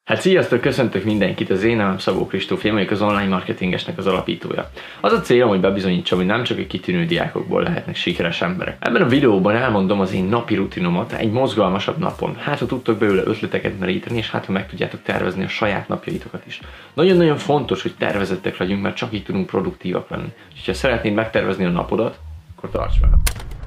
Hát sziasztok, köszöntök mindenkit, az én nevem Szabó Kristóf, én vagyok az online marketingesnek az alapítója. Az a célom, hogy bebizonyítsam, hogy nem csak egy kitűnő diákokból lehetnek sikeres emberek. Ebben a videóban elmondom az én napi rutinomat egy mozgalmasabb napon. Hát ha tudtok belőle ötleteket meríteni, és hát ha meg tudjátok tervezni a saját napjaitokat is. Nagyon-nagyon fontos, hogy tervezettek legyünk, mert csak így tudunk produktívak lenni. És ha szeretnéd megtervezni a napodat, akkor tarts velem.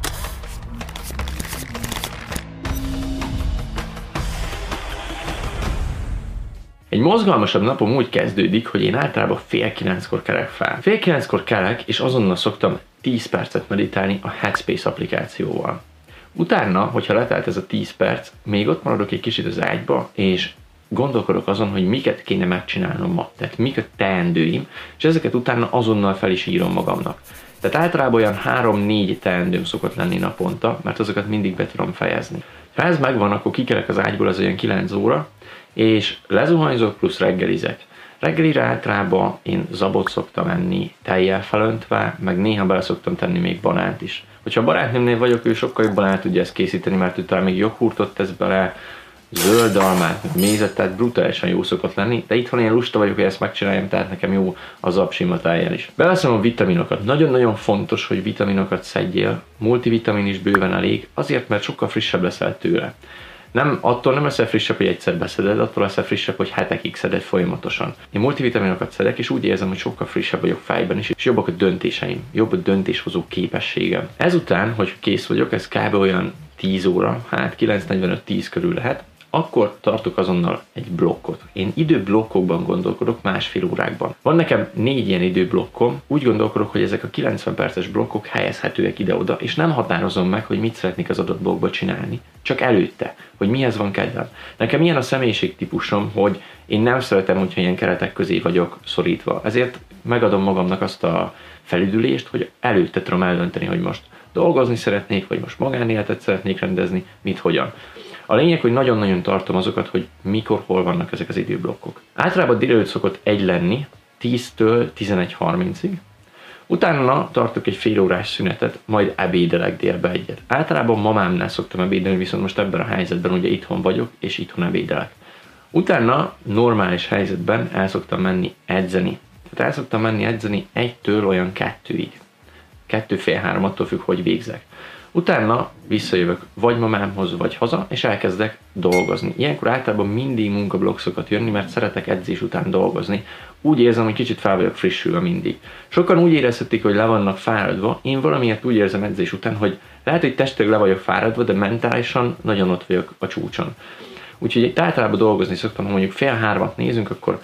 Egy mozgalmasabb napom úgy kezdődik, hogy én általában fél 9-kor kelek fel. Fél 9-kor kelek, és azonnal szoktam 10 percet meditálni a Headspace applikációval. Utána, hogyha letelt ez a 10 perc, még ott maradok egy kicsit az ágyba, és gondolkodok azon, hogy miket kéne megcsinálnom ma, tehát mik a teendőim, és ezeket utána azonnal fel is írom magamnak. Tehát általában olyan 3-4 teendőm szokott lenni naponta, mert azokat mindig be tudom fejezni. Ha ez megvan, akkor kikelek az ágyból, az olyan 9 óra, és lezuhanyzok plusz reggelizek. Reggelire általában én zabot szoktam enni tejjel felöntve, meg néha bele szoktam tenni még banánt is. Hogyha a barátnőmnél vagyok, ő sokkal jobban el tudja ezt készíteni, mert ő talán még joghurtot tesz bele, zöld almát, mézet, tehát brutálisan jó szokott lenni, de itthon én lusta vagyok, hogy ezt megcsináljam, tehát nekem jó az sima tejjel is. Beveszem a vitaminokat. Nagyon-nagyon fontos, hogy vitaminokat szedjél, multivitamin is bőven elég, azért, mert sokkal frissebb leszel tőle. Attól nem leszel frissebb, hogy egyszer beszeded, attól leszel frissebb, hogy hetekig szeded folyamatosan. Én multivitaminokat szedek, és úgy érzem, hogy sokkal frissebb vagyok fejben is, és jobbak a döntéseim, jobb a döntéshozó képességem. Ezután, hogy kész vagyok, ez kb. Olyan 10 óra, hát 9:45-10 körül lehet, akkor tartok azonnal egy blokkot. Én időblokkokban gondolkodok, másfél órákban. Van nekem 4 ilyen időblokkom, úgy gondolkodok, hogy ezek a 90 perces blokkok helyezhetőek ide-oda, és nem határozom meg, hogy mit szeretnék az adott blokkba csinálni, csak előtte, hogy mihez van kedvem. Nekem ilyen a személyiségtípusom, hogy én nem szeretem, hogyha ilyen keretek közé vagyok szorítva. Ezért megadom magamnak azt a felüdülést, hogy előtte tudom eldönteni, hogy most dolgozni szeretnék, vagy most magánéletet szeretnék rendezni, mit hogyan. A lényeg, hogy nagyon-nagyon tartom azokat, hogy mikor, hol vannak ezek az időblokkok. Általában délelőtt szokott egy lenni, 10-től 11:30-ig. Utána tartok egy fél órás szünetet, majd ebédelek délbe egyet. Általában mamámnál szoktam ebédelni, viszont most ebben a helyzetben ugye itthon vagyok, és itthon ebédelek. Utána normális helyzetben el szoktam menni edzeni. Tehát el szoktam menni edzeni 1-től olyan 2-ig. 2-2:30 attól függ, hogy végzek. Utána visszajövök vagy mamámhoz, vagy haza, és elkezdek dolgozni. Ilyenkor általában mindig munkablokk szokott jönni, mert szeretek edzés után dolgozni. Úgy érzem, hogy kicsit fel vagyok frissülve mindig. Sokan úgy érezhetik, hogy le vannak fáradva. Én valamiért úgy érzem edzés után, hogy lehet, hogy testileg le vagyok fáradva, de mentálisan nagyon ott vagyok a csúcson. Úgyhogy itt általában dolgozni szoktam, ha mondjuk 2:30 nézünk, akkor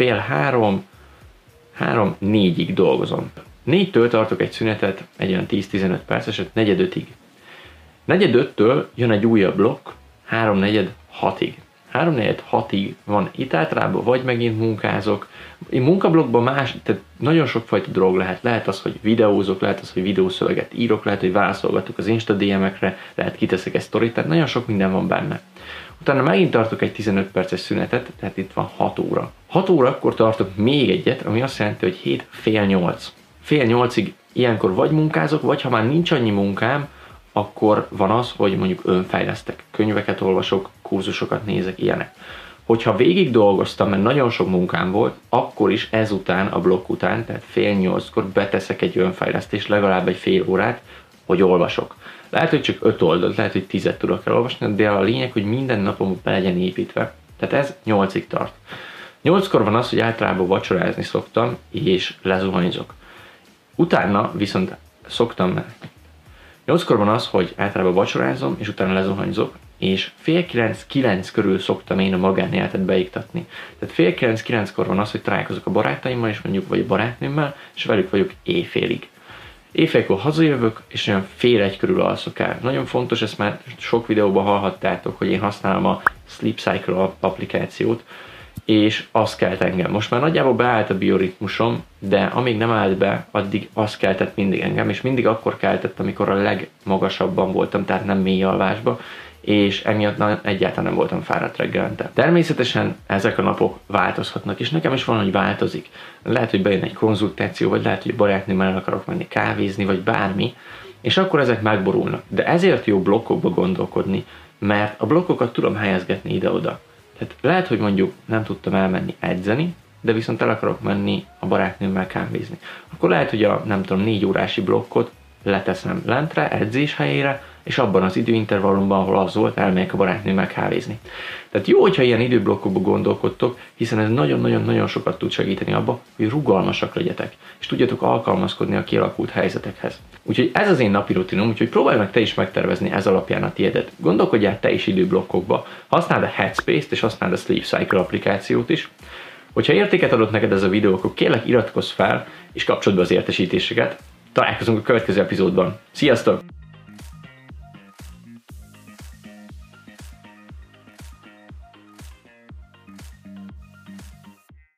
2:30-3-4-ig dolgozom. 4-től tartok egy szünetet, egy olyan 10-15 perceset, 4:45-ig. 4:45-től jön egy újabb blokk, 3:45-6-ig. 3:45-6-ig van itt általában, vagy megint munkázok. Én munkablokkban tehát nagyon sokfajta dolog lehet. Lehet az, hogy videózok, lehet az, hogy videószöveget írok, lehet, hogy válaszolgatok az Insta DM-ekre, lehet kiteszek egy sztorit, tehát nagyon sok minden van benne. Utána megint tartok egy 15 perces szünetet, tehát itt van 6 óra. 6 órakor tartok még egyet, ami azt jelenti, hogy 7:30. Fél 8-ig ilyenkor vagy munkázok, vagy ha már nincs annyi munkám, akkor van az, hogy mondjuk önfejlesztek, könyveket olvasok, kurzusokat nézek, ilyenek. Hogyha végig dolgoztam, mert nagyon sok munkám volt, akkor is ezután, a blokk után, tehát 7:30-kor beteszek egy önfejlesztést, legalább egy fél órát, hogy olvasok. Lehet, hogy csak 5 oldalt, lehet, hogy 10-et tudok elolvasni, de a lényeg, hogy minden napom be legyen építve. Tehát ez 8-ig tart. 8-kor van az, hogy általában vacsorázni szoktam, és lezuhanyzok. Utána viszont szoktam 8-kor van az, hogy általában vacsorázom, és utána lezuhanyzok, és 8:30-9 körül szoktam én a magánéletet beiktatni. Tehát 8:30-9-kor van az, hogy találkozok a barátaimmal, és mondjuk vagy a barátnőmmel, és velük vagyok éjfélig. Éjfélkor hazajövök, és olyan fél 1 körül alszok el. Nagyon fontos, ezt már sok videóban hallhattátok, hogy én használom a Sleep Cycle applikációt, és az kelt engem. Most már nagyjából beállt a bioritmusom, de amíg nem állt be, addig az keltett mindig engem, és mindig akkor keltett, amikor a legmagasabban voltam, tehát nem mély alvásba, és emiatt egyáltalán nem voltam fáradt reggelente. Természetesen ezek a napok változhatnak, és nekem is van, hogy változik. Lehet, hogy bejön egy konzultáció, vagy lehet, hogy barátnőmmel el akarok menni kávézni, vagy bármi, és akkor ezek megborulnak. De ezért jó blokkokba gondolkodni, mert a blokkokat tudom helyezgetni ide-oda. Tehát lehet, hogy mondjuk nem tudtam elmenni edzeni, de viszont el akarok menni a barátnőmmel kávézni. Akkor lehet, hogy a 4 órási blokkot leteszem lentre, edzés helyére, és abban az időintervallumban, ahol az volt, elmegyek a barátnőmmel kávézni. Tehát jó, hogyha ilyen időblokkokban gondolkodtok, hiszen ez nagyon-nagyon-nagyon sokat tud segíteni abba, hogy rugalmasak legyetek, és tudjatok alkalmazkodni a kialakult helyzetekhez. Úgyhogy ez az én napi rutinom, úgyhogy próbálj meg te is megtervezni ez alapján a tiédet. Gondolkodjál te is időblokkokba, használd a Headspace-t és használd a Sleep Cycle applikációt is. Hogyha értéket adott neked ez a videó, akkor kérlek iratkozz fel, és kapcsold be az értesítéseket. Találkozunk a következő epizódban. Sziasztok!